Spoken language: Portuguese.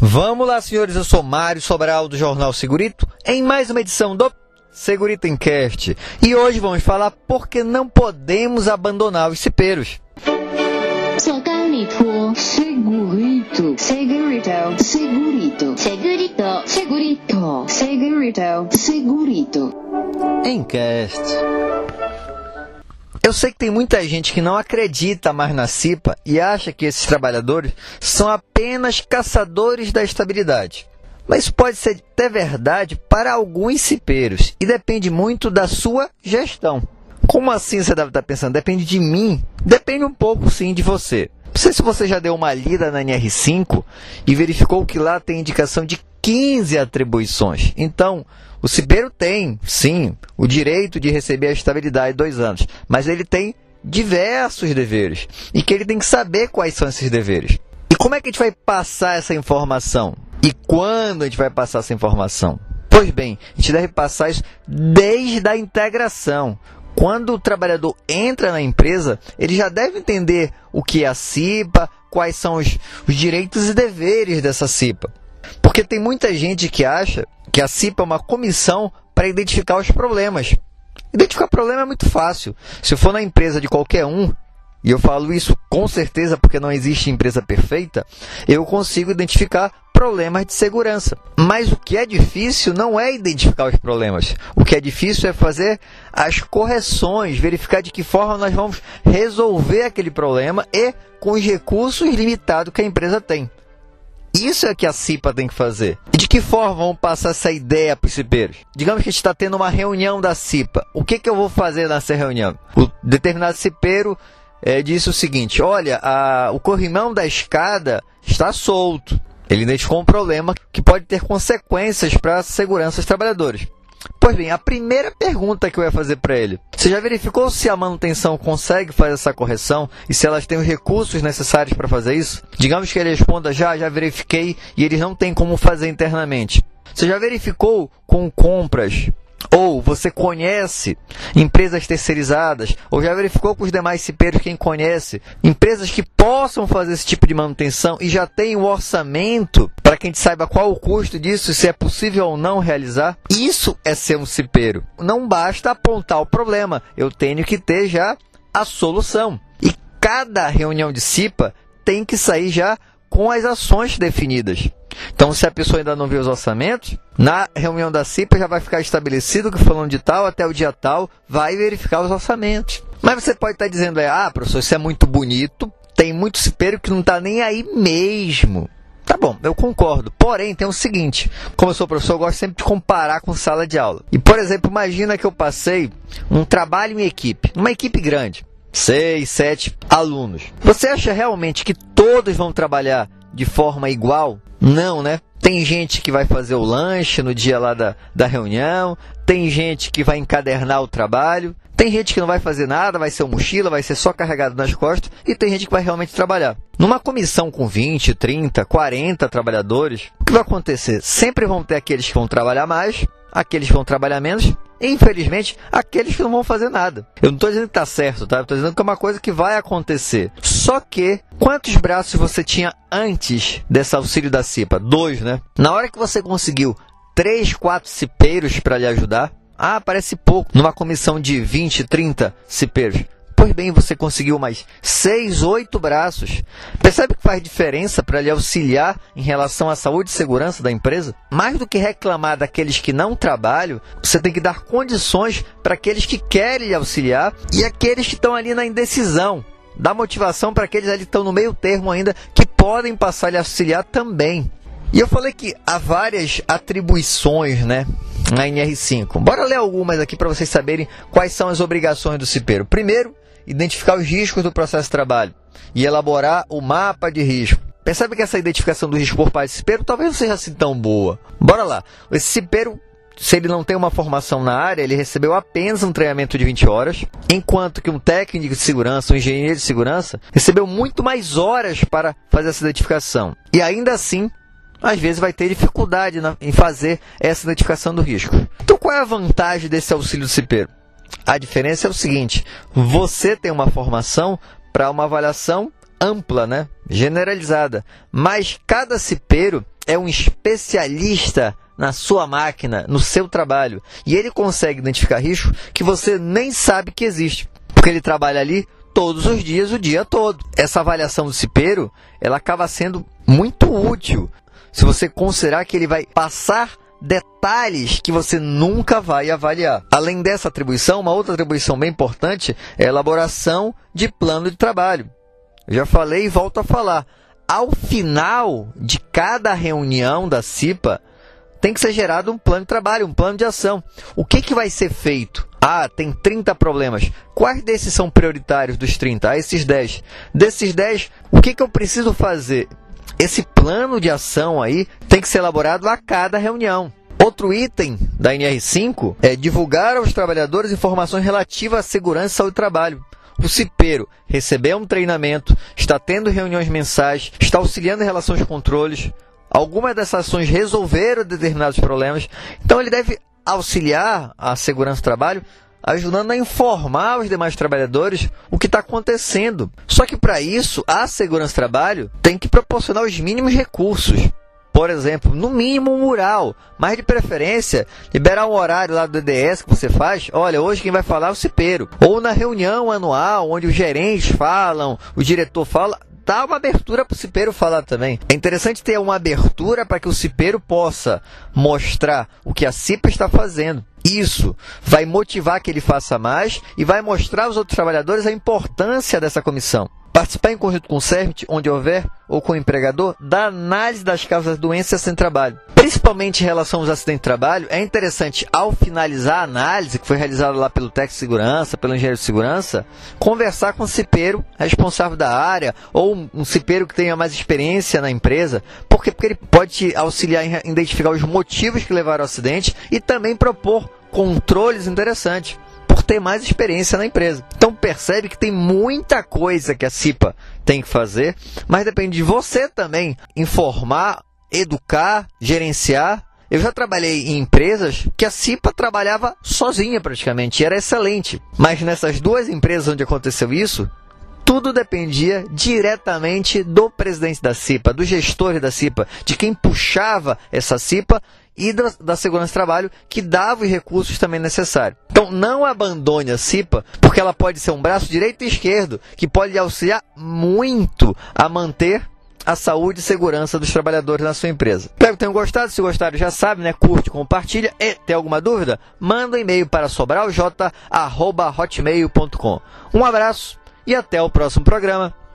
Vamos lá, senhores, eu sou Mário Sobral do Jornal Segurito, em mais uma edição do Segurito Encast. E hoje vamos falar por que não podemos abandonar os cipeiros. Segurito, segurito, segurito, segurito, segurito, segurito, segurito, segurito. Encast. Eu sei que tem muita gente que não acredita mais na CIPA e acha que esses trabalhadores são apenas caçadores da estabilidade. Mas isso pode ser até verdade para alguns cipeiros e depende muito da sua gestão. Como assim, você deve estar pensando? Depende de mim? Depende um pouco, sim, de você. Não sei se você já deu uma lida na NR5 e verificou que lá tem indicação de 15 atribuições. Então, o cipeiro tem, sim, o direito de receber a estabilidade de 2 anos, mas ele tem diversos deveres e que ele tem que saber quais são esses deveres. E como é que a gente vai passar essa informação? E quando a gente vai passar essa informação? Pois bem, a gente deve passar isso desde a integração. Quando o trabalhador entra na empresa, ele já deve entender o que é a CIPA, quais são os direitos e deveres dessa CIPA. Porque tem muita gente que acha que a CIPA é uma comissão para identificar os problemas. Identificar problema é muito fácil. Se eu for na empresa de qualquer um, e eu falo isso com certeza porque não existe empresa perfeita, eu consigo identificar problemas de segurança. Mas o que é difícil não é identificar os problemas. O que é difícil é fazer as correções, verificar de que forma nós vamos resolver aquele problema e com os recursos limitados que a empresa tem. Isso é que a CIPA tem que fazer. E de que forma vamos passar essa ideia para os cipeiros? Digamos que a gente está tendo uma reunião da CIPA. O que eu vou fazer nessa reunião? O determinado cipeiro disse o seguinte: olha, o corrimão da escada está solto. Ele identificou um problema que pode ter consequências para a segurança dos trabalhadores. Pois bem, a primeira pergunta que eu ia fazer para ele: você já verificou se a manutenção consegue fazer essa correção e se elas têm os recursos necessários para fazer isso? Digamos que ele responda: já verifiquei e eles não têm como fazer internamente. Você já verificou com compras? Ou você conhece empresas terceirizadas? Ou já verificou com os demais cipeiros, quem conhece, empresas que possam fazer esse tipo de manutenção e já tem o orçamento para que a gente saiba qual o custo disso e se é possível ou não realizar? Isso é ser um cipeiro. Não basta apontar o problema, eu tenho que ter já a solução. E cada reunião de CIPA tem que sair já com as ações definidas. Então, se a pessoa ainda não viu os orçamentos, na reunião da CIPA já vai ficar estabelecido que falando de tal até o dia tal, vai verificar os orçamentos. Mas você pode estar dizendo, professor, isso é muito bonito, tem muito cipeiro que não está nem aí mesmo. Tá bom, eu concordo. Porém, tem o seguinte: como eu sou professor, eu gosto sempre de comparar com sala de aula. E, por exemplo, imagina que eu passei um trabalho em equipe, uma equipe grande, 6, 7 alunos. Você acha realmente que todos vão trabalhar de forma igual? Não, né? Tem gente que vai fazer o lanche no dia lá da reunião, tem gente que vai encadernar o trabalho, tem gente que não vai fazer nada, vai ser uma mochila, vai ser só carregado nas costas, e tem gente que vai realmente trabalhar. Numa comissão com 20, 30, 40 trabalhadores, o que vai acontecer? Sempre vão ter aqueles que vão trabalhar mais, aqueles que vão trabalhar menos, e, infelizmente, aqueles que não vão fazer nada. Eu não estou dizendo que está certo, tá? Eu estou dizendo que é uma coisa que vai acontecer. Só que, quantos braços você tinha antes desse auxílio da CIPA? 2, né? Na hora que você conseguiu 3, 4 cipeiros para lhe ajudar, parece pouco numa comissão de 20, 30 cipeiros. Pois bem, você conseguiu mais 6, 8 braços. Percebe que faz diferença para lhe auxiliar em relação à saúde e segurança da empresa? Mais do que reclamar daqueles que não trabalham, você tem que dar condições para aqueles que querem lhe auxiliar e aqueles que estão ali na indecisão. Dá motivação para aqueles ali que estão no meio termo ainda, que podem passar a lhe auxiliar também. E eu falei que há várias atribuições, né, na NR5. Bora ler algumas aqui para vocês saberem quais são as obrigações do cipeiro. Primeiro, identificar os riscos do processo de trabalho e elaborar o mapa de risco. Percebe que essa identificação do risco por parte do cipeiro talvez não seja assim tão boa. Bora lá. Esse cipeiro, se ele não tem uma formação na área, ele recebeu apenas um treinamento de 20 horas, enquanto que um técnico de segurança, um engenheiro de segurança, recebeu muito mais horas para fazer essa identificação. E ainda assim, às vezes vai ter dificuldade em fazer essa identificação do risco. Então, qual é a vantagem desse auxílio do cipeiro? A diferença é o seguinte: você tem uma formação para uma avaliação ampla, né? Generalizada, mas cada cipeiro é um especialista na sua máquina, no seu trabalho, e ele consegue identificar riscos que você nem sabe que existe, porque ele trabalha ali todos os dias, o dia todo. Essa avaliação do cipeiro, ela acaba sendo muito útil, se você considerar que ele vai passar detalhes que você nunca vai avaliar. Além dessa atribuição, uma outra atribuição bem importante é a elaboração de plano de trabalho. Eu já falei e volto a falar. Ao final de cada reunião da CIPA, tem que ser gerado um plano de trabalho, um plano de ação. O que vai ser feito? Tem 30 problemas. Quais desses são prioritários dos 30? Esses 10. Desses 10, o que eu preciso fazer? Esse plano de ação aí tem que ser elaborado a cada reunião. Outro item da NR5 é divulgar aos trabalhadores informações relativas à segurança e saúde do trabalho. O cipeiro recebeu um treinamento, está tendo reuniões mensais, está auxiliando em relação aos controles. Algumas dessas ações resolveram determinados problemas. Então, ele deve auxiliar a segurança do trabalho, ajudando a informar os demais trabalhadores o que está acontecendo. Só que, para isso, a segurança do trabalho tem que proporcionar os mínimos recursos. Por exemplo, no mínimo um mural, mas de preferência, liberar um horário lá do DDS que você faz. Olha, hoje quem vai falar é o cipeiro. Ou na reunião anual, onde os gerentes falam, o diretor fala, dá uma abertura para o cipeiro falar também. É interessante ter uma abertura para que o cipeiro possa mostrar o que a CIPA está fazendo. Isso vai motivar que ele faça mais e vai mostrar aos outros trabalhadores a importância dessa comissão. Participar em conjunto com o CERMIT, onde houver, ou com o empregador, da análise das causas das doenças e acidente de trabalho. Principalmente em relação aos acidentes de trabalho, é interessante, ao finalizar a análise, que foi realizada lá pelo técnico de segurança, pelo engenheiro de segurança, conversar com o cipeiro responsável da área, ou um cipeiro que tenha mais experiência na empresa. Por quê? Porque ele pode te auxiliar em identificar os motivos que levaram ao acidente e também propor controles interessantes, por ter mais experiência na empresa. Então percebe que tem muita coisa que a CIPA tem que fazer, mas depende de você também informar, educar, gerenciar. Eu já trabalhei em empresas que a CIPA trabalhava sozinha praticamente, e era excelente. Mas nessas duas empresas onde aconteceu isso, tudo dependia diretamente do presidente da CIPA, dos gestores da CIPA, de quem puxava essa CIPA e da segurança do trabalho, que dava os recursos também necessários. Então, não abandone a CIPA, porque ela pode ser um braço direito e esquerdo, que pode lhe auxiliar muito a manter a saúde e segurança dos trabalhadores na sua empresa. Espero que tenham gostado. Se gostaram, já sabe, né? Curte, compartilha. E tem alguma dúvida? Manda um e-mail para sobralj@hotmail.com. Um abraço e até o próximo programa.